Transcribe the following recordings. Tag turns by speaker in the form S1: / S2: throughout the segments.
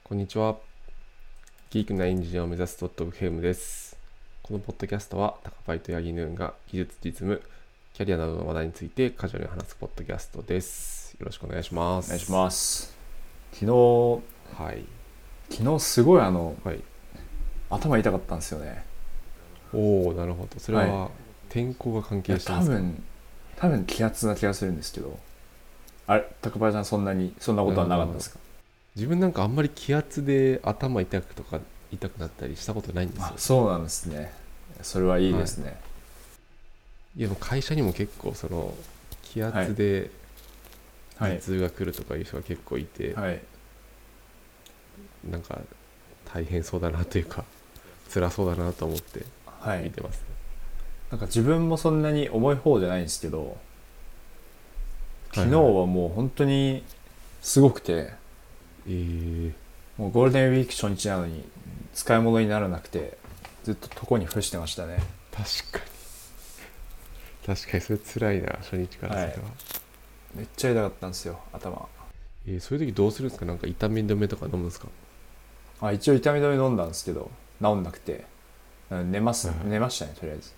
S1: こんにちは。ギークなエンジニアを目指すドットオブヘムです。このポッドキャストはタカパイとヤギヌーンが技術、実務、キャリアなどの話題についてカジュアルに話すポッドキャストです。よろしくお願いします。
S2: お願いします。昨
S1: はい。
S2: 日すごい
S1: はい。
S2: 頭痛かったんですよね。
S1: おー、なるほど。それ
S2: はい。い
S1: は天候が関係
S2: や
S1: してますか？
S2: 多分気圧な気がするんですけど、あれ高林さんそんなことは
S1: なるほど、なるほど。
S2: なかったですか？
S1: 自分なんかあんまり気圧で頭痛くなったりしたことないんです
S2: あ、
S1: よ。
S2: そうなんですね。それはいい
S1: は
S2: ですね。
S1: い。いや、会社にも結構気
S2: はい
S1: 圧で
S2: はい
S1: 頭痛が来るとかいう人が結構いて、
S2: はい
S1: なんか大変そうだなというか辛そうだなと思って
S2: はい。
S1: 見てますね。
S2: なんか自分もそんなに重い方じゃないんですけど、昨日
S1: はいはい。
S2: はもう本当にすごくて、
S1: え
S2: もうゴールデンウィーク初日なのに使い物にならなくて、ずっと床に伏してましたね。
S1: 確かにそれ辛いな、初日から
S2: はい。
S1: それは。
S2: めっちゃ痛かったんですよ、頭。
S1: そういう時どうするんですか？なんか痛み止めとか飲むんですか？
S2: 一応痛み止め飲んだんですけど治んなくて、
S1: はいはい。
S2: 寝ましたね、とりあえず。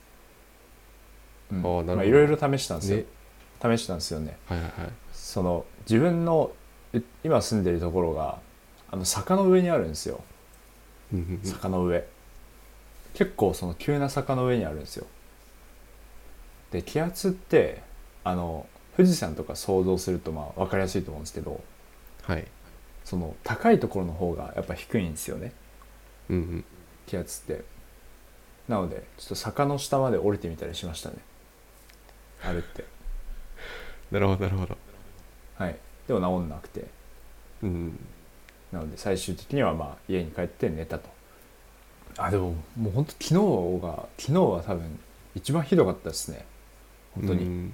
S1: ああ、なるほど。
S2: まあいろいろ試したんですよ。
S1: ね。
S2: 試したんですよね。
S1: はいはいはい。
S2: その自分の今住んでるところが坂の上にあるんですよ。
S1: うんうんうん。
S2: 坂の上、結構その急な坂の上にあるんですよ。で気圧って富士山とか想像するとまあ分かりやすいと思うんですけど、
S1: はい。
S2: その高いところの方がやっぱ低いんですよね、
S1: うんうん。
S2: 気圧って。なのでちょっと坂の下まで降りてみたりしましたね、歩って。
S1: なるほどなるほど。
S2: はい。でも治んなくて、
S1: うん。
S2: なので最終的にはまあ家に帰って寝たと。でももう本当昨日は多分一番ひどかったですね、本
S1: う
S2: 当に。
S1: ん。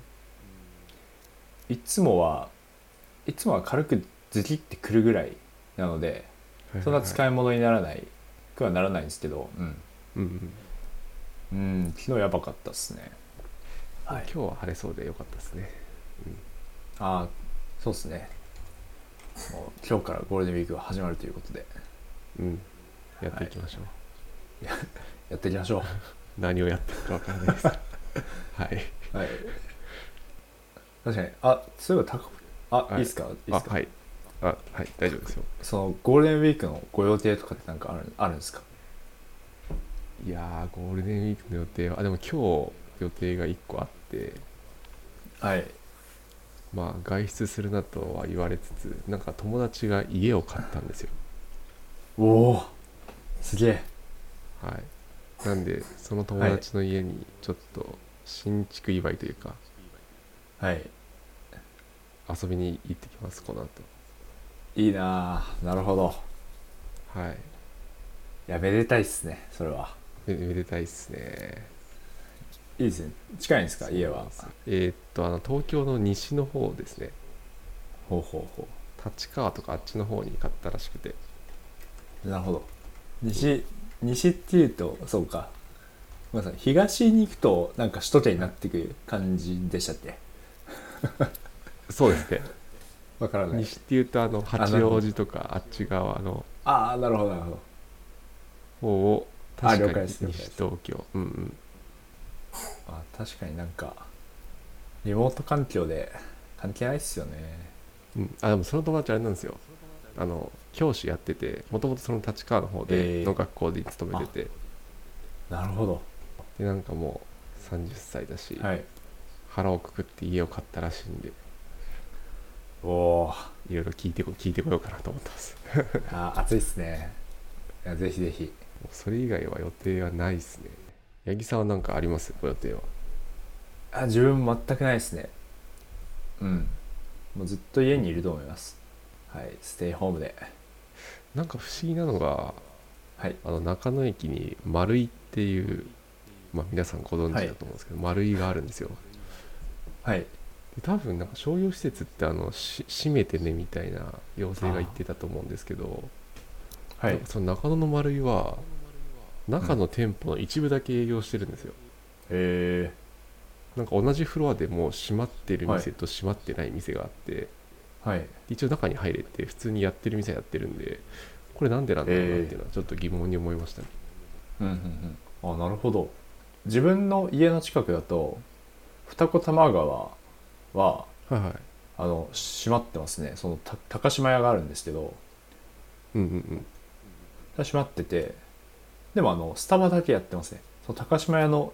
S2: いつもは軽くズキってくるぐらいなので、そんな
S1: はいはいはい。
S2: 使い物にならないくはならないんですけど、
S1: うんうん。
S2: 昨日やばかったですね。はい。
S1: 今日は晴れそうでよかったですね。
S2: ああ、そうですね。もう今日からゴールデンウィークが始まるということで、
S1: うん。やって
S2: はい、
S1: いきましょう。
S2: やっていきましょ
S1: 何をやっていくかわからないですが。はい。
S2: う。はい。確かに。そういえばい
S1: はい。
S2: いですか、いいですか。
S1: はい。はい。大丈夫ですよ。
S2: そのゴールデンウィークのご予定とかってなんかあるんですか？
S1: いやー、ゴールデンウィークの予定は、でも今日予定が1個あって、
S2: はい。
S1: まあ外出するなとは言われつつ、なんか友達が家を買ったんですよ。
S2: おお、すげえ。
S1: はい。なんで、その友
S2: はい。
S1: 達の家にちょっと新築祝いというか、
S2: はい。
S1: 遊びに行ってきます、この後。
S2: いいなあ、なるほど。
S1: はい。
S2: いや、めでたいっすね、それは。
S1: めでたいっすね。
S2: いいですね。近いんですか、
S1: そう
S2: 家は。
S1: なんですよ。東京の西の方ですね。
S2: ほうほうほ
S1: 立川とかあっちの方に買ったらしくて。
S2: う。なるほど。西っていうと、そうか。ごめんなさい。東に行くと、なんか首都圏に
S1: はい。
S2: なってくる感じでしたっけ？
S1: そうですね。
S2: わからない。
S1: 西っていうと、八
S2: なるほど。
S1: 王子とかあっち側の
S2: なるほど、なるほど。
S1: 方を、確かに
S2: 了解です、了解
S1: 西
S2: です。
S1: 東京。うんうん。
S2: 確かになんか、リモート環境で関係ないっすよね。
S1: うん。でもその友達あれなんですよ。教師やってて、もともとその立川の方での
S2: え
S1: 学校で勤めて
S2: あ、
S1: て、
S2: なるほど。
S1: で、なんかもう30歳だし、
S2: はい。
S1: 腹をくくって家を買ったらしいんで、
S2: おお、
S1: いろいろ聞いてこようかなと思ってます。
S2: 暑いっすね。いや、ぜひぜひ。
S1: もうそれ以外は予定はないですね。八木さんは何かあります？ご予定は。
S2: 自分全くないですね。うん。もうずっと家にいると思います。はい。ステイホームで。
S1: なんか不思議なのが、
S2: はい。
S1: 中野駅に丸井っていう、まあ皆さんご存
S2: はい。
S1: 知だと思うんですけど、丸井があるんですよ。
S2: はい。
S1: で多分なんか商業施設って閉めてねみたいな要請が言っ
S2: あ
S1: てたと思うんですけど、
S2: はい。
S1: なんかその中野の丸井は
S2: うん。
S1: 中の店舗の一部だけ営業してるんですよ。
S2: え
S1: なんか同じフロアでも閉まってる
S2: はい。
S1: 店と閉まってない店があって、
S2: はい。
S1: 一応中に入れて普通にやってる店やってるんで、これなんでなんだろうなっていうのはちょっと疑問に思いましたね。
S2: うんうんうん。あ、なるほど。自分の家の近くだと二子玉川は
S1: はいはい。
S2: 閉まってますね。その高島屋があるんですけど、
S1: うんうんうん。
S2: 閉まってて、でもスタバだけやってますね。その高島屋の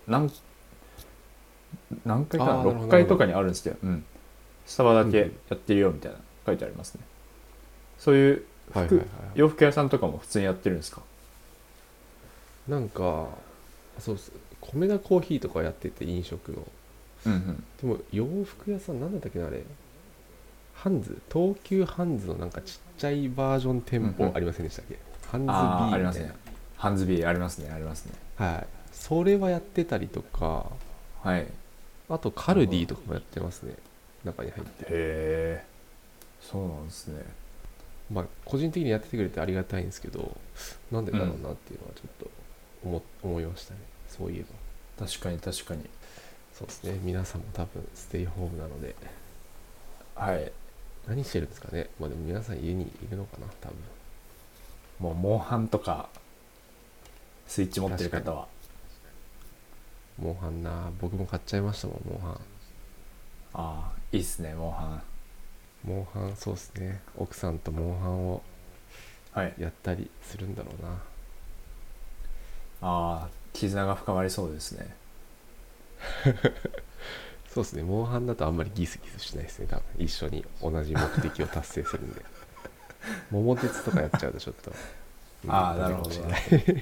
S2: 何階かな、
S1: ああ、なるほ
S2: 6
S1: どなるほど。
S2: 階とかにあるんですけど、うん、スタバだけ
S1: うんうん。
S2: やってるよみたいな書いてありますね。そういう
S1: はいはいはいは
S2: 洋服屋さんとかも普通にやってるんですか？
S1: い。なんか、そうっす。米田コーヒーとかやってて飲食の。
S2: うんうん。
S1: でも洋服屋さんなんだったっけなあれ。東急ハンズのなんかちっちゃいバージョン店
S2: うんうん。
S1: 舗ありませんでしたっけ？ハンズ
S2: ああ、あ
S1: B みたいな。
S2: りますね。ハンズビーありますね、ありますね。
S1: はい。それはやってたりとか、
S2: はい。
S1: あとカ
S2: なるほど。
S1: ルディとかもやってますね。中に入って。
S2: へえ、そうなんですね。
S1: まあ個人的にやっててくれてありがたいんですけど、なんで
S2: うん。
S1: だろうなっていうのはちょっと思いましたね。そういえば。
S2: 確かに確かに。
S1: そうですね。皆さんも多分ステイホームなので、
S2: はい。
S1: 何してるんですかね。まあでも皆さん家にいるのかな、多分。
S2: もうモンハンとかスイッチ持ってる
S1: 確かに。
S2: 方は。
S1: モンハンな。僕も買っちゃいましたもん、モンハン。
S2: ああ、いいっすね、モンハン。
S1: モンハン、そうですね。奥さんとモンハンを
S2: はい。
S1: やったりするんだろうな。
S2: ああ、絆が深まりそうですね。
S1: そうですね。モンハンだとあんまりギスギスしないですね。多分一緒に同じ目的を達成するんで。桃鉄とかやっちゃうとちょっと、
S2: ああ、
S1: ダ
S2: なるほど、
S1: メかもしれない。
S2: なるほど。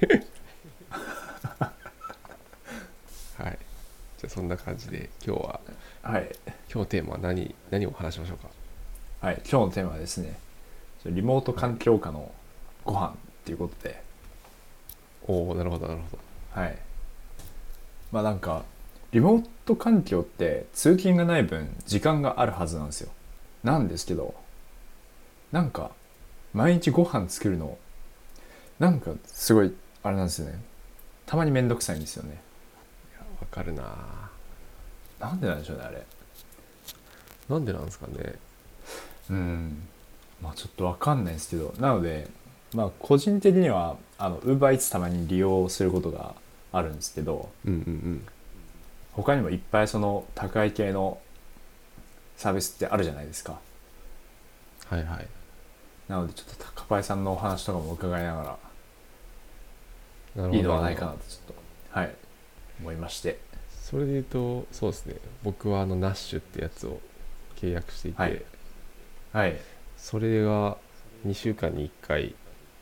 S1: はい。じゃあそんな感じで
S2: はい。
S1: 今日のテーマは何を話しましょうか？
S2: はい。今日のテーマはですね、リモート
S1: はい。
S2: 環境下のご飯っていうことで、
S1: おお、なるほどなるほど。
S2: はい。まあなんか、リモート環境って通勤がない分時間があるはずなんですよ。なんですけど、なんか、毎日ご飯作るの、なんかすごい、あれなんですよね。たまにめんどくさいんですよね。
S1: わかるな。
S2: なんでなんでしょうね、あれ。
S1: なんでなんですかね。
S2: うん。まあちょっとわかんないですけど、なので、まあ個人的には、Uber Eats たまに利用することがあるんですけど、
S1: うんうんうん。
S2: 他にもいっぱいその高い系のサービスってあるじゃないですか。
S1: はいはい。
S2: なのでちょっと高パイさんのお話とかも伺いながら、
S1: なる
S2: いい
S1: ほどなるほど。
S2: のはないかなとちょっと、はい、思いまして。
S1: それで言うと、そうですね。僕はナッシュってやつを契約してい
S2: はい。
S1: て、
S2: はい。
S1: それが2週間に1回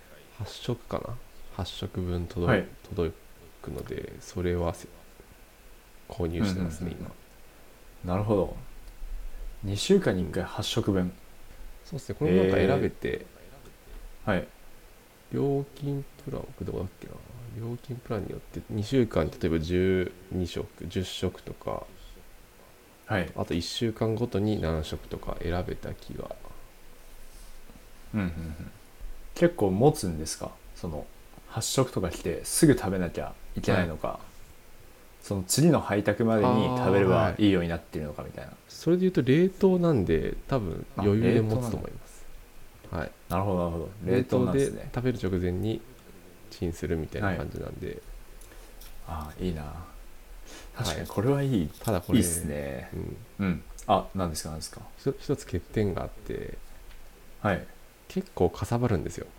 S1: 8食かな？ 8 食分
S2: はい。
S1: 届くので、それは購入
S2: うんうんう
S1: してますね、今。
S2: ん。なるほど。2週間に1
S1: うん。
S2: 回8食分。
S1: そうですね。これもなんか選べ
S2: え
S1: て、
S2: ー、はい。
S1: 料金プラン、どこだっけな。料金プランによって2週間に例えば12食、10食とか、
S2: はい。
S1: あと1週間ごとに何食とか選べた気が。
S2: うんうんうん。結構持つんですか？その、8食とか来てすぐ食べなきゃいけ
S1: はい。
S2: ないのか、その次の配達ま
S1: あ
S2: でに食べれ
S1: あ、はいはい。
S2: ばいいようになってるのかみたいな。
S1: それで言うと冷凍なんで多分
S2: あ、
S1: 余裕で持つ
S2: 冷凍なんだ。
S1: と思います。はい。
S2: なるほど、なるほど。冷凍
S1: 冷凍で
S2: なんですね。
S1: 食べる直前にチンするみたいな
S2: はい。
S1: 感じなんで、
S2: あ、いいな。確
S1: はい。
S2: かにこれはいい、
S1: ただこれ、
S2: いいっすね。
S1: うん、
S2: うん。あ、何ですか、何ですか。
S1: 一つ欠点があって、
S2: はい。
S1: 結構かさばるんですよ。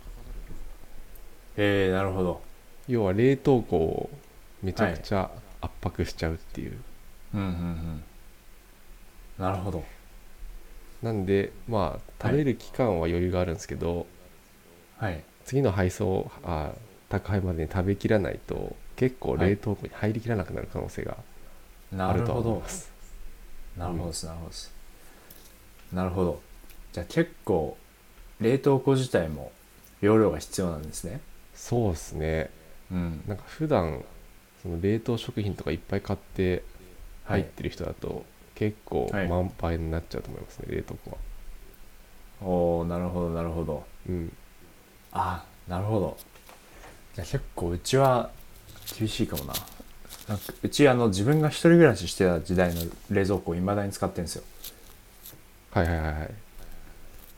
S2: なるほど。
S1: 要は冷凍庫をめちゃ
S2: はい。
S1: くちゃ圧迫しちゃうっていう。
S2: うんうんうん。なるほど。
S1: なんで、まあ、
S2: はい。
S1: 食べる期間は余裕があるんですけど、
S2: はい。
S1: 次の宅配までに食べきらないと、結構
S2: はい。
S1: 冷凍庫に入りきらなくなる可能性があ
S2: な
S1: るとは
S2: るほど。
S1: 思います。うん。
S2: なるほどです、なるほどです。なるほど。じゃあ結構、冷凍庫自体も容量が必要なんですね。
S1: そうですね。
S2: うん。
S1: なんか普段、その冷凍食品とかいっぱい買って
S2: はい。
S1: 入ってる人だと、結構
S2: はい。
S1: 満杯になっちゃうと思いますね、冷凍庫は。
S2: おー、なるほど、なるほど。
S1: うん。
S2: あ、なるほど。じゃあ結構うちは厳しいかもな。なんかうち自分が一人暮らししてた時代の冷蔵庫を未だに使ってるんですよ。
S1: はいはいはいはい。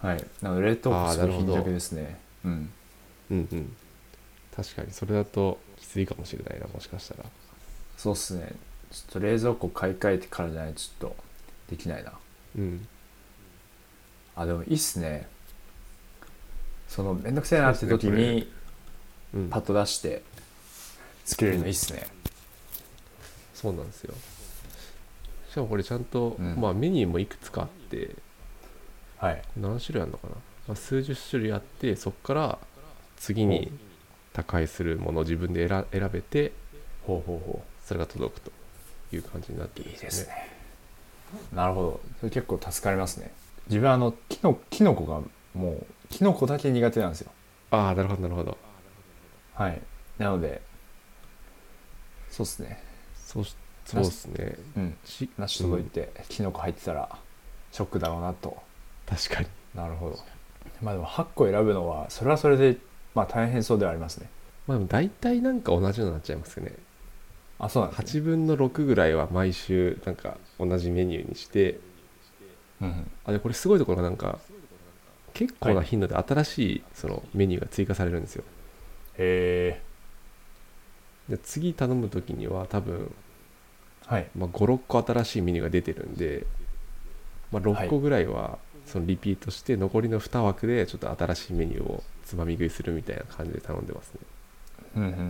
S2: はい。なので冷凍庫すごい貧
S1: なるほど。
S2: 弱ですね。うん。
S1: うんうん。確かにそれだときついかもしれないな、もしかしたら。
S2: そうっすね。ちょっと冷蔵庫買い替えてからじゃないとちょっとできないな。
S1: うん。
S2: あ、でもいいっすね。そのめんどくせえなって
S1: そうですね、これ。
S2: 時に
S1: うん。
S2: パッと出して作れるのいいっ
S1: うん。
S2: すね。
S1: そうなんですよ。しかもこれちゃんと、
S2: うん。
S1: まあメニューもいくつかあって、
S2: はい。
S1: 何種類あるのかな、まあ、数十種類あって、そこから次
S2: ほう。
S1: に宅配するものを自分で選べて、
S2: ほうほうほ
S1: それが届くという感じになって
S2: う。いい
S1: るんですよね。
S2: ですね。なるほど。それ結構助かりますね。自分キノコがもうキノコだけ苦手なんですよ。
S1: ああ、なるほど、なるほど。
S2: はい。なので、そうっすね。
S1: そうし、そう
S2: なし、
S1: ですね。
S2: うん。
S1: し、
S2: 梨
S1: うん、
S2: 届いてキノコ入ってたらショックだろうなと。
S1: 確かに。
S2: なるほど。まあでも8個選ぶのはそれはそれでまあ大変そうではありますね。
S1: まあでも大体なんか同じのになっちゃいますよね。
S2: あ、そうなんですね。
S1: 8分の6ぐらいは毎週なんか同じメニューにして、
S2: うんうん。
S1: あ、で、これすごいところがなんか、結構
S2: はい。へ
S1: な頻度で新しいそのメニューが追加されるんですよ。
S2: え。
S1: で、次頼む時には多分、
S2: はい。
S1: まあ、5、6個新しいメニューが出てるんで、まあ、6
S2: はい。
S1: 個ぐらいはそのリピートして、残りの2枠でちょっと新しいメニューをつまみ食いするみたいな感じで頼んでますね。
S2: うんうんうんうん。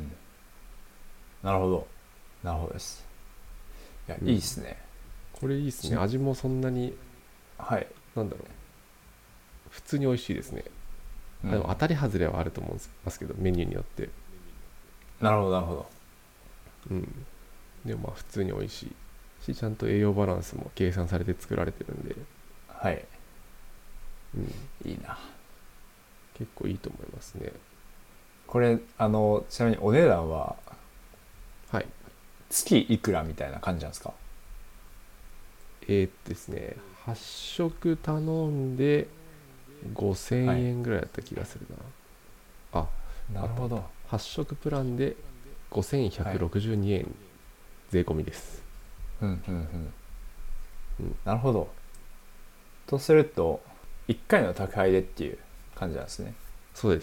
S2: なるほど。なるほどです。いや、
S1: うん。
S2: いいっすね。
S1: これいいですね。
S2: ち
S1: 味もそんなに、
S2: はい。
S1: なんだろう、普通に美味しいですね。
S2: うん。
S1: あ、でも当たり外れはあると思うんですけど、メニューによって。
S2: なるほどなるほど。
S1: うん。でもまあ普通に美味しいし、ちゃんと栄養バランスも計算されて作られてるんで、
S2: はい。
S1: うん、
S2: いいな。
S1: 結構いいと思いますね。
S2: これちなみにお値段は
S1: はい。
S2: 月いくらみたいな感じなんですか？
S1: ですね、8食頼んで5000
S2: はい。
S1: 円ぐらいだった気がするな。あ、あったあった。
S2: なるほど。
S1: 8食プランで
S2: はい。
S1: 5162円税込みです。
S2: うんうんうん。
S1: うん、
S2: なるほど。とすると1回の宅配でっていう感じなんですね。
S1: そうです。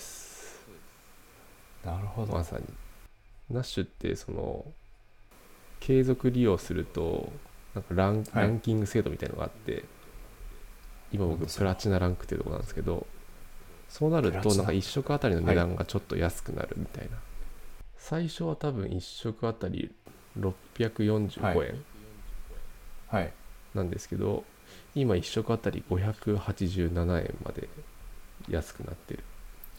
S2: なるほど。
S1: まさに。ナッシュってその継続利用するとなんか
S2: はい。
S1: ランキング制度みたいのがあって、今僕
S2: なんだそれは。
S1: プラチナランクっていうところなんですけど、そうなる
S2: プラチナ。
S1: となんか1食あたりの値
S2: はい。
S1: 段がちょっと安くなるみたいな。最初は多分1食あたり645
S2: はい。
S1: 円
S2: はい。
S1: なんですけど、今1食あたり587円まで安くなってる。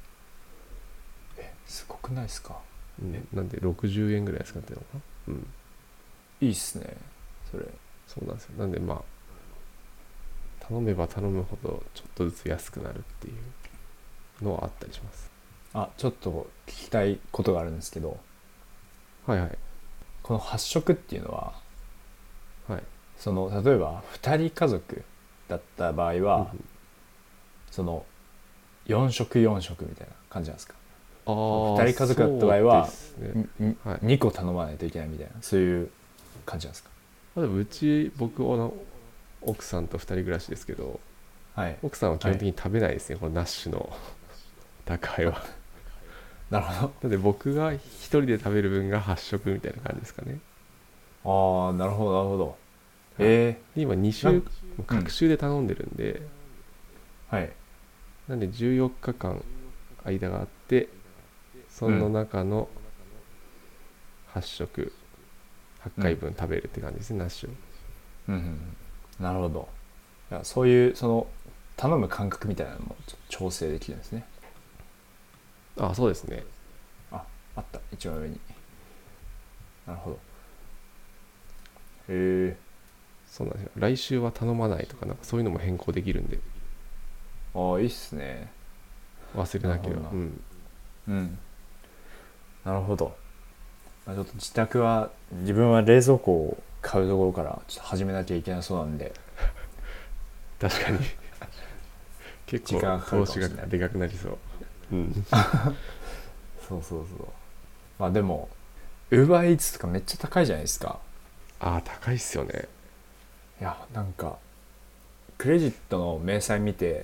S2: すごくないですか？え、
S1: うん、なんで60円ぐらい安くなってるのかな。うん、
S2: いいっすね。それ。
S1: そうなんですよ。なんでまあ、頼めば頼むほどちょっとずつ安くなるっていうのはあったりします。
S2: あ、ちょっと聞きたいことがあるんですけど、
S1: はいはい。
S2: この発色っていうのは、
S1: はい。
S2: その例えば2人家族だった場合は、
S1: うんうん、
S2: その4食4食みたいな感じなんですか？その2
S1: ああ、
S2: 人家族だった
S1: そうで
S2: 場合は
S1: すね。はい。
S2: 2個頼まないといけないみたいな、そういう感じなんですか？
S1: まあ、でも僕の奥さんと2人暮らしですけど、
S2: はい。
S1: 奥さんは基
S2: はい。
S1: 本的に食べないですね、このナッシュの宅配は。
S2: なるほ
S1: なので僕が一人で食べる分が8食みたいな感じですかね。
S2: ど。ああ、なるほどなるほど。
S1: はい。
S2: え
S1: で、今2
S2: なん
S1: 週、
S2: うん。
S1: 各週で頼んでるんで、
S2: はい。
S1: なんで14日間間があって、その
S2: うん。
S1: 中の8食、8
S2: うん。
S1: 回分食べるって感じですね、ナッシュを。
S2: うんうんうん。なるほど。いや、そういうその頼む感覚みたいなのもちょっと調整できるんですね。
S1: あ、そうですね。
S2: あ、あった、一番上に。なるほど。へえ。
S1: そうなんですよ。来週は頼まないとか、なんかそういうのも変更できるんで、
S2: ああ、いいっすね。
S1: 忘れなければ。
S2: なるほどな。
S1: うん。
S2: うん。なるほど。まあ、ちょっと自宅は自分は冷蔵庫を買うところからちょっと始めなきゃいけなそうなんで、
S1: 確かに結構
S2: 時間がかかる
S1: 投資
S2: かもしれない。
S1: がでかくなりそう。うん。
S2: そうそうそう。まあでも UberEats とかめっちゃ高いじゃないですか。
S1: ああ、高いっすよね。
S2: いや、なんかクレジットの明細見て、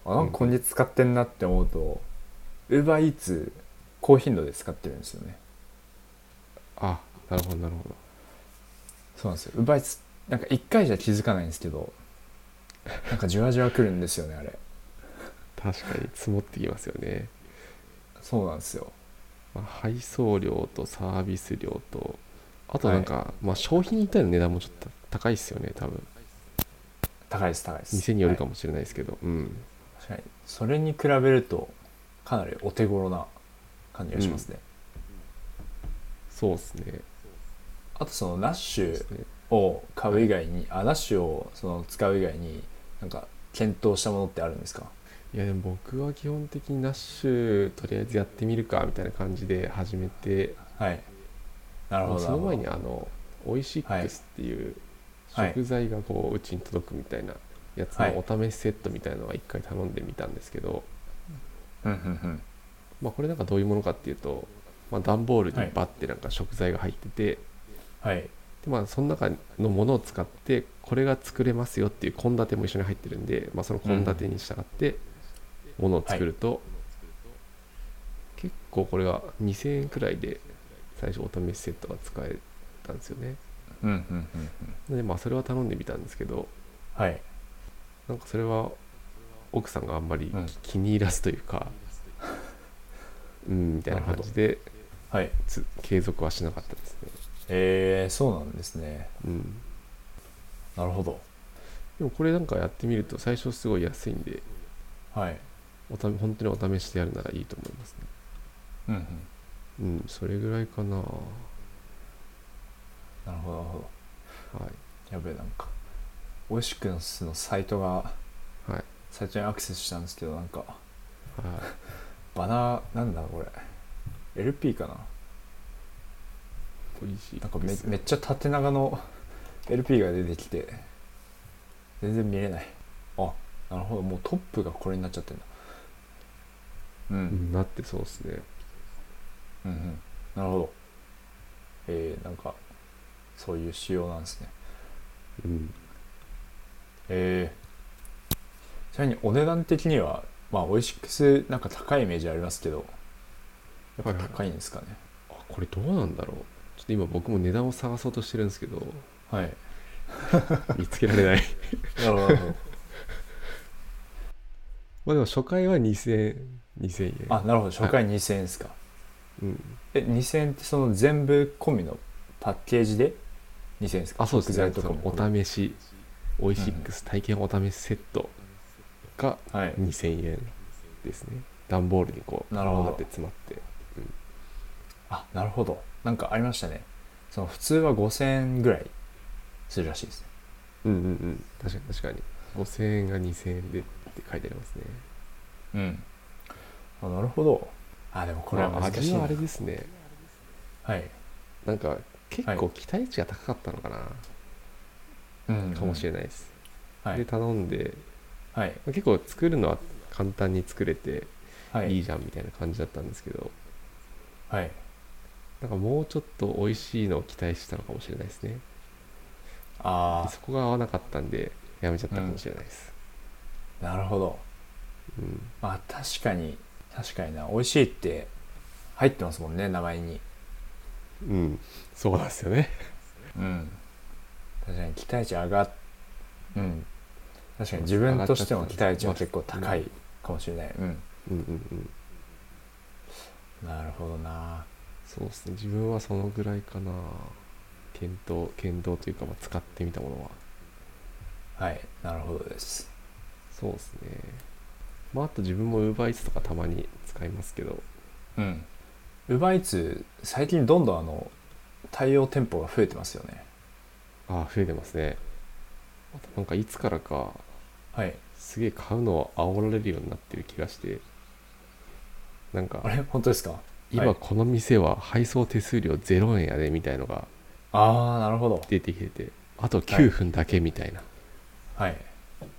S2: なんか今月使ってんなって思うと UberEats 高頻度で使ってるんですよね。
S1: あ、なるほどなるほど。
S2: そうなんですよ。UberEats なんか1回じゃ気づかないんですけど、なんかじわじわ来るんですよねあれ。
S1: 確かに積もってきますよね。
S2: そうなんですよ。
S1: まあ、配送料とサービス料と、あと
S2: はい。
S1: なんか、まあ、商品自体の値段もちょっと高いですよね、多分。
S2: 高いです高いです。
S1: 店によ
S2: はい。
S1: るかもしれないですけど、うん。
S2: 確かにそれに比べるとかなりお手頃な感じが
S1: うん。
S2: しますね。
S1: そうですね。
S2: あとそのナッシュ
S1: そうですね。
S2: を買
S1: はい。
S2: う以外に、ナッシュをその使う以外になんか検討したものってあるんですか？
S1: いやでも僕は基本的にナッシュとりあえずやってみるかみたいな感じで始めて、
S2: はい。なるほどなるほど。
S1: その前にオイシッ
S2: はい
S1: クスっていう
S2: はい
S1: 食材がこううちに届くみたいなやつの
S2: はい。
S1: お試しセットみたいなのは一回頼んでみたんですけど、
S2: うんうんうん。
S1: まあこれなんかどういうものかっていうと、まあ、段ボール
S2: はい
S1: にバッてなんか食材が入ってて、
S2: はい
S1: でまあその中のものを使ってこれが作れますよっていう献立も一緒に入ってるんで、まあ、その献立に従ってものを
S2: はい。
S1: 作ると、結構これが2000円くらいで最初お試しセットが使えたんですよね。
S2: うんうんうんうん。
S1: でまあそれは頼んでみたんですけど、
S2: はい。
S1: なんかそれは奥さんがあんまり
S2: うん。
S1: 気に入らずというか、みたいな
S2: なるほど。
S1: 感じで
S2: はい。
S1: 継続はしなかったですね。
S2: そうなんですね。
S1: うん。
S2: なるほど。
S1: でもこれなんかやってみると最初すごい安いんで、
S2: はい。
S1: 本当にお試しでやるならいいと思いますね。
S2: うんうん。
S1: うん、それぐらいかな。は
S2: なるほどなるほど。
S1: い。
S2: やべえ、なんかオイシックスの
S1: はい。
S2: サイトにアクセスしたんですけど、なんか
S1: はい。
S2: バナーなんだこれ LP かな。
S1: オイシッ
S2: なんか
S1: クス。
S2: めっちゃ縦長の LP が出てきて全然見れない。あ、なるほど、もうトップがこれになっちゃってんだ。うん
S1: うん、なってそうですね。
S2: うんうん。なるほど。なんかそういう仕様なんですね。
S1: うん。
S2: えちなみにお値段的には、まあオイシックスなんか高いイメージありますけど、やっぱ
S1: はいはいはい。
S2: 高いんですかね。
S1: あ、これどうなんだろう。ちょっと今僕も値段を探そうとしてるんですけど、
S2: はい。
S1: 見つけられない。
S2: なるほどなるほど。
S1: まあでも初回は2000円。
S2: あ、なるほど。初
S1: はい。
S2: 回2000円ですか。
S1: うん。
S2: 2000円ってその全部込みのパッケージで2000円ですか？
S1: あ、そうですね。なん
S2: 食材
S1: かそのお
S2: とかも込み。
S1: 試し、オイ
S2: うんうん。
S1: シックス体験お試しセットが
S2: はい。
S1: 2000円ですね。段ボールにこう、
S2: なるほど。
S1: バーって詰まって。
S2: あ、なるほど。なんかありましたね。その普通は5000円ぐらいするらしいですね。
S1: うんうんうんうん。確かに確かに。5000円が2000円でって書いてありますね。
S2: うん。あ、なるほど。あ、でもこれは
S1: まあ
S2: 難しいな。
S1: 味はあれですね。
S2: はい。
S1: なんか結
S2: はい。
S1: 構期待値が高かったのかな。
S2: うんう
S1: かも
S2: ん。
S1: しれないです。
S2: はい。
S1: で、頼んで、
S2: はい。
S1: 結構作るのは簡単に作れて
S2: はい。
S1: いいじゃんみたいな感じだったんですけど、
S2: はい。
S1: なんかもうちょっと美味しいのを期待したのかもしれないですね。で、
S2: あ
S1: そこが合わなかったんで、やめちゃっ
S2: あ、う
S1: たかも
S2: ん。
S1: しれないです。
S2: なるほど。
S1: うん。
S2: まあ確かに、確かにな。美味しいって入ってますもんね、名前に。
S1: うん。そうなんですよね。
S2: うん。確かに期待値上がっ、うん。確かに
S1: そうなんです。上
S2: 自分と
S1: がっちゃっ
S2: しても期待
S1: てたんですよ。まあ、
S2: 値は結構
S1: うん。
S2: 高いかもしれない。うん。
S1: うんうんうん。
S2: なるほどな。
S1: そうですね。自分はそのぐらいかな。検討というか、まあ、使ってみたものは。
S2: はい。なるほどです。
S1: そうですね。まあ、あと自分も UberEats とかたまに使いますけど、
S2: うん。UberEats 最近どんどん対応店舗が増えてますよね。
S1: ああ、増えてますね。あとなんかいつからか、
S2: はい。
S1: すげえ買うのを煽られるようになってる気がして、なんか、
S2: あれ本当ですか？はい。
S1: 今この店は配送手数料0円やでみたいのが
S2: ああ、なるほど。
S1: 出てきてて、あと9
S2: はい。
S1: 分だけみたいな。
S2: はい。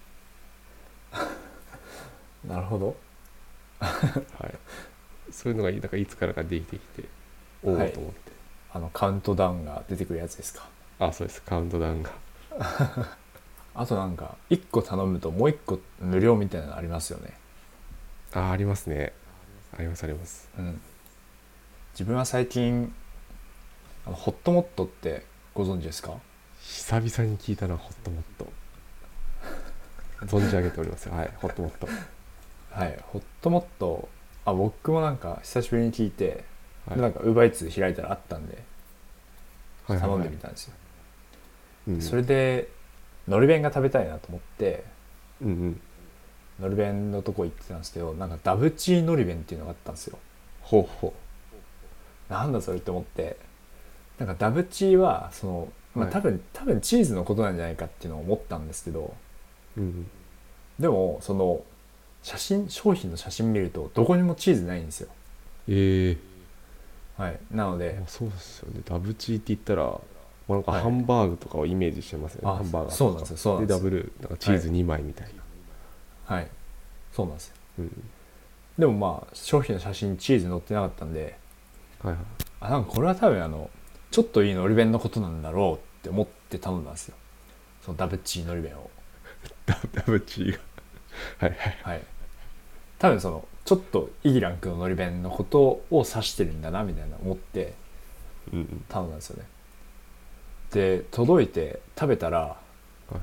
S2: なるほど。
S1: はい。そういうのがなんかいつからかできてきて、お
S2: はい。
S1: おと思って。
S2: カウントダウンが出てくるやつですか？
S1: あ、そうです。カウントダウンが。
S2: あとなんか、1個頼むともう1個無料みたいなのありますよね。
S1: ありますね。ありますあります。
S2: うん、自分は最近ホットモットってご存知ですか？
S1: 久々に聞いたな、ホットモット。存じ上げておりますよ。はい、ホットモット。
S2: はい、ホットモット、僕もなんか久しぶりに聞いて、
S1: はい、
S2: でなんか UberEats 開いたらあったんで頼ん
S1: はいはいはい。
S2: でみたんですよ。
S1: うん、
S2: それでのり弁が食べたいなと思って
S1: うんうん。
S2: のり弁のとこ行ってたんですけど、なんかダブチーのり弁っていうのがあったんですよ。
S1: ほうほ
S2: なんだそれって思って、なんかダブチーはその、
S1: う。はい。
S2: 多分チーズのことなんじゃないかっていうのを思ったんですけど、
S1: うん。
S2: でもその商品の写真見るとどこにもチーズないんですよ。
S1: ええ
S2: はい、なので、
S1: まあ、そうですよね。ダブチーって言ったら、まあ、なんか
S2: はい、
S1: ハンバーグとかをイメージしてますよね。ハンバーガーとか。
S2: そうなんですよ、そうなん
S1: で、
S2: ですよ。
S1: ダブル、なんかチ
S2: はい、
S1: ーズ2枚みたいな。
S2: はい、そうなんですよ。
S1: うん。
S2: でもまあ商品の写真にチーズ載ってなかったんで、
S1: はいはい。
S2: なんかこれは多分ちょっといいのり弁のことなんだろうって思って頼んだんですよ、そのダブチーのり弁を。
S1: ダブチーが。はいはい。
S2: はい、多分そのちょっといいランクののり弁のことを指してるんだなみたいな思って
S1: うんうん。
S2: 頼んだんですよね。で届いて食べたら
S1: はい。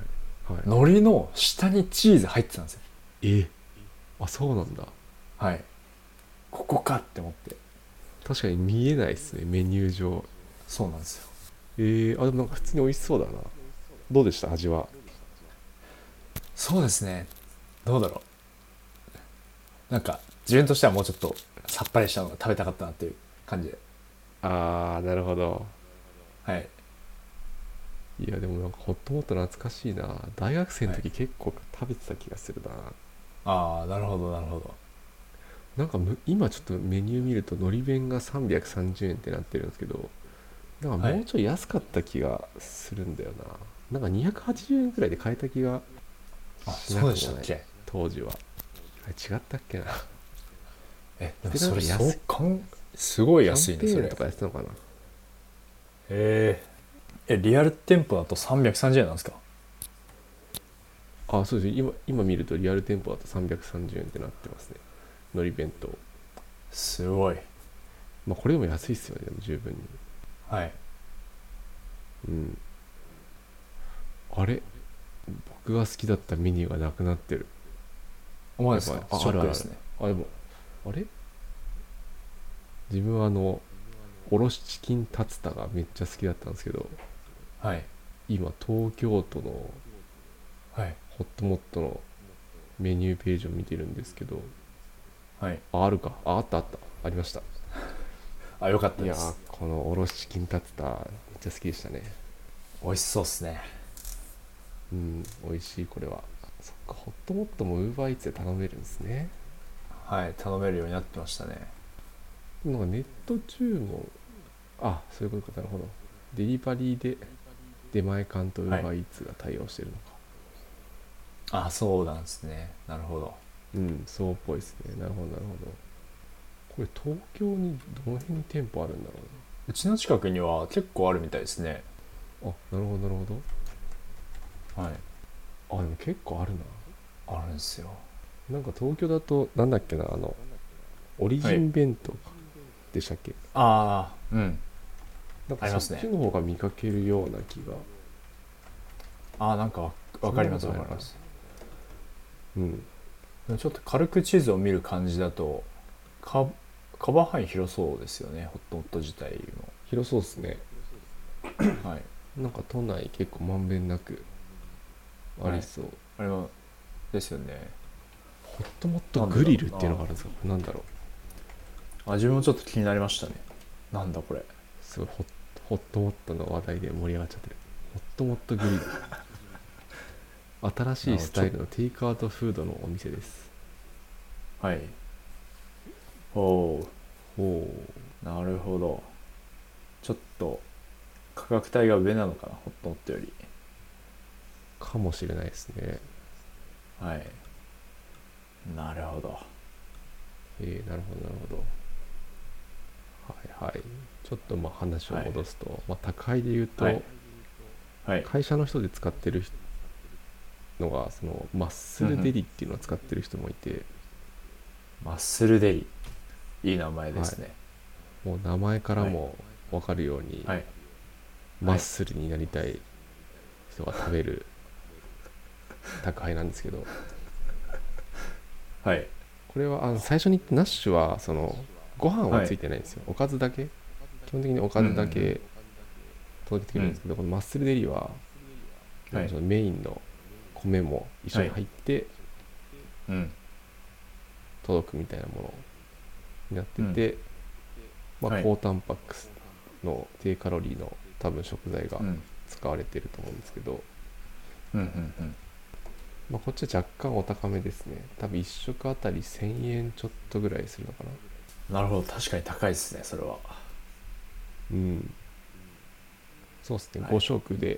S1: はい。
S2: 海苔の下にチーズ入ってたんですよ。
S1: え、あ、そうなんだ。
S2: はい、ここかって思って。
S1: 確かに見えないですね、メニュー上。
S2: そうなんですよ。
S1: あ、でもなんか普通に美味しそうだな。どうでした味は？
S2: そうですね、どうだろう、なんか自分としてはもうちょっとさっぱりしたのが食べたかったなっていう感じで。
S1: あー、なるほど。
S2: はい、
S1: いや、でもなんかホットモット懐かしいな。大学生の
S2: はい、
S1: 時結構食べてた気がするな。
S2: なるほどなるほど。
S1: なんか今ちょっとメニュー見ると海苔弁が330円ってなってるんですけど、なんか
S2: はい、
S1: もうちょい安かった気がするんだよな。なんか280円くはちじゅうえんくらいで買えた気がしな
S2: そうで
S1: くもない。
S2: したっけ？
S1: 当時は。あれ違ったっけな。
S2: でも
S1: で、なん
S2: それ
S1: か
S2: すごい
S1: キャン
S2: 安いねそれ。
S1: ペーンとかやってたのかな。
S2: えリアル店舗だと330円なんですか？
S1: あ、そうです。今見るとリアル店舗だと330円ってなってますね。海苔弁当。
S2: すごい。
S1: まあこれでも安いっすよね、でも十分に。
S2: はい。
S1: うん。あれ、僕が好きだったメニューがなくなってる。
S2: 思うん
S1: やばい。
S2: ですか？シ
S1: あるあるある。
S2: ョックですね。
S1: あ、でも、あれ自分はおろしチキンタツタがめっちゃ好きだったんですけど、
S2: はい、
S1: 今東京都の
S2: はい、
S1: ホットモットのメニューページを見てるんですけど、
S2: はい。
S1: あるか。あったあった。ありました。
S2: よかった
S1: いやー、
S2: です。
S1: このおろしチキンタツタめっちゃ好きでしたね。
S2: 美味しそうっすね。
S1: うん、美味しいこれは。そっか、ホットモットも Uber Eats で頼めるんですね。
S2: はい、頼めるようになってましたね。
S1: なんかネット注文、あ、そういうことか、なるほど。デリバリーで出前館と
S2: はい。
S1: Uber Eats が対応してるのか。
S2: そうなんですね。なるほど。
S1: うん、そうっぽいですね。なるほど、なるほど。これ東京にどの辺に店舗あるんだろ
S2: うちの近くには結構あるみたいですね。
S1: うな。あ、なるほど、なるほ
S2: はい。
S1: ど。あ、でも結構ある
S2: あるんですよ。
S1: な。なんか東京だと、なんだっけな、オリジ
S2: はい。
S1: ン弁当でしたっけ？
S2: うん。
S1: なんかそっ
S2: ありますね。
S1: ちの方が見かけるような気が。
S2: なんかわ
S1: そんな
S2: かります
S1: ことないのかな。
S2: わかります。
S1: うん。
S2: でもちょっと軽く地図を見る感じだと、カカバー範囲広そうですよね、ホットモット自体
S1: 広そうですね。
S2: も。はい。
S1: なんか都内結構まんべんなくあ
S2: はい。
S1: りそう。
S2: あれも、ですよね。
S1: ホットモット
S2: なんで
S1: グリルっ
S2: だろうな。
S1: ていうのがあるんですか？これなんだろう。
S2: 自分もちょっと気になりましたね。なんだこれ。
S1: すごいホットモットの話題で盛り上がっちゃってる。ホットモットグリル。新しいスタイルのテイクアウトフードのお店です。
S2: はい。お
S1: お
S2: なるほど。ちょっと価格帯が上なのかな、ホットモットより。
S1: ー、かもしれないですね。
S2: はい。なるほど。
S1: なるほど、なるほど。はいはい。ちょっとまあ話を
S2: はい。
S1: 戻すと、まあ、宅配で言う
S2: はい。
S1: と、
S2: はい。
S1: 会社の人で使ってるのが、そのマッスルデリっていうのを使ってる人もいて、
S2: マッスルデリ、いい名前ですね。
S1: もう名前からも分かるように、
S2: はい、
S1: マッスルになりたい人が食べる宅配なんですけど、
S2: はい、
S1: これは最初に言ったナッシュはそのご飯はついてないんですよ、おかずだけ、基本的におかずだけ届けてくれるんですけど、このマッスルデリは、そのメインの米も一緒に入って届くみたいなものになってて、高タンパク質の低カロリーの多分食材が使われていると思うんですけど、こっちは若干お高めですね。多分1食あたり1000円ちょっとぐらいするのかな。
S2: なるほど、確かに高いですね、それは。
S1: そうですね、5食で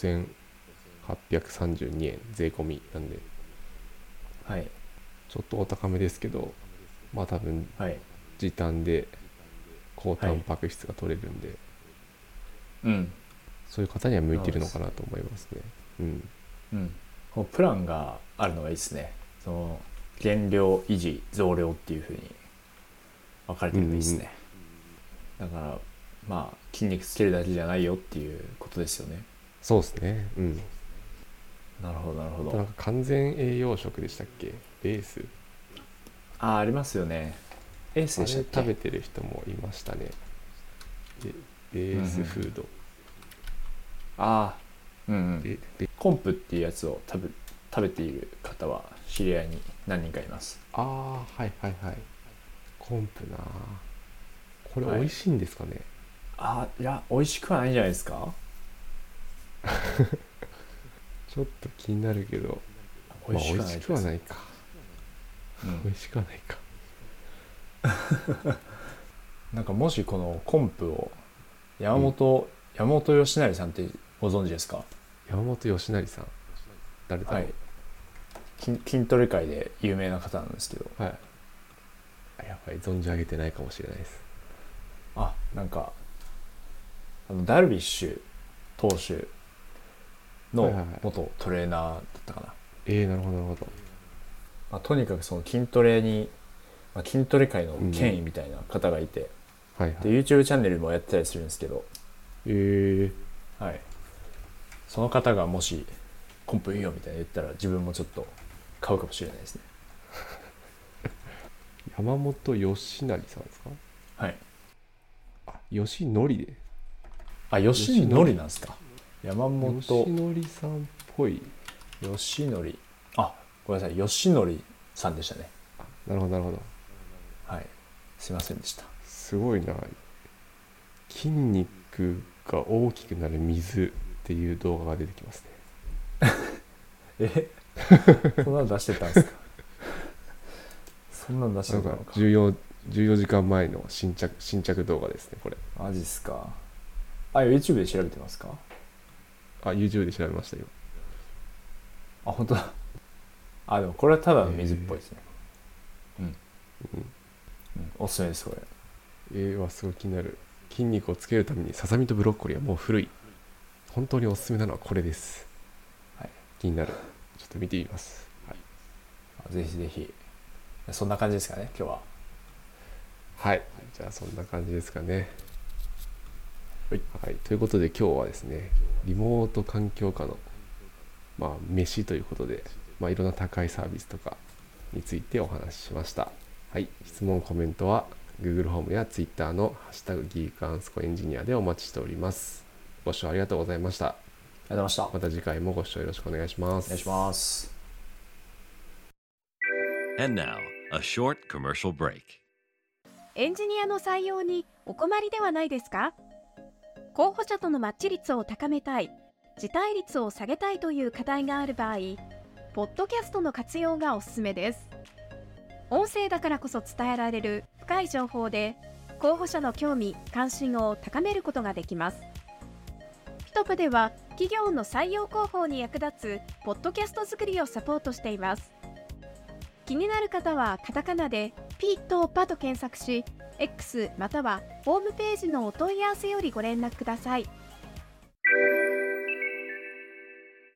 S1: 5832円税込みなんで、ちょっとお高めですけど、多分時短で高タンパク質が取れるんで、そういう方には向いてるのかなと思いますね。
S2: このプランがあるのがいいですね。その減量維持増量っていう風に分かれてるのがいいですね。だから筋肉つけるだけじゃないよっていうことですよね。
S1: そうですね。
S2: なるほどなるほど。
S1: なんか完全栄養食でしたっけ、ベース。
S2: ありますよね。エースでしたっけ。
S1: あれ食べてる人もいましたね。ベースフード。
S2: コンプっていうやつを食べている方は知り合いに何人かいます。
S1: はいコンプな。これ美味しいんですかね。
S2: いや美味しくはないんじゃないですか。
S1: ちょっと気になるけど、美味しくはないか。美味しくはないか。
S2: なんかもしこのコンプを山本義成さんってご存知ですか。
S1: 山本義成さん、誰だろう。
S2: 筋トレ界で有名な方なんですけど、
S1: やばい、存じ上げてないかもしれないです。
S2: なんかダルビッシュ投手の元トレーナーだったかな。
S1: なるほどなるほ
S2: ど。とにかくその筋トレ界の権威みたいな方がいて、で YouTube チャンネルもやってたりするんですけど、その方がもしコンプいいよみたいな言ったら自分もちょっと買うかもしれないですね。
S1: 山本義成さんですか。義則で。
S2: 義則なんですか。山本
S1: 義則さんっぽい。
S2: 義則、ごめんなさい、義則さんでしたね。
S1: なるほどなるほど。
S2: すいませんでした。
S1: すごいな。筋肉が大きくなる水っていう動画が出てきます
S2: ね。そんなの出してたんですか。そんなの出してたのか。
S1: 14時間前の新着動画ですね、これ。
S2: マジっすか。YouTube で調べてますか。
S1: YouTube で調べましたよ。
S2: 本当だ。でもこれはただの水っぽいですね。おすすめですこれ。
S1: すごい気になる。筋肉をつけるためにささみとブロッコリーはもう古い。本当におすすめなのはこれです。気になる。ちょっと見てみます。
S2: ぜひぜひ。そんな感じですかね、今日は。
S1: じゃあそんな感じですかね。ということで今日はですね、リモート環境下の飯ということで、いろんな高いサービスとかについてお話ししました。質問コメントは Google ホームや Twitter のハッシュタグギークアンスコエンジニアでお待ちしております。ご視聴ありがとうございました。
S2: ありがとうございました。
S1: また次回もご視聴よろしくお願いします。
S2: お願いします。
S3: And now, a short commercial break.
S4: エンジニアの採用にお困りではないですか？候補者とのマッチ率を高めたい、辞退率を下げたいという課題がある場合、ポッドキャストの活用がおすすめです。音声だからこそ伝えられる深い情報で、候補者の興味・関心を高めることができます。ピトプでは企業の採用広報に役立つポッドキャスト作りをサポートしています。気になる方はカタカナでピとパと検索し、X またはホームページのお問い合わせよりご連絡ください。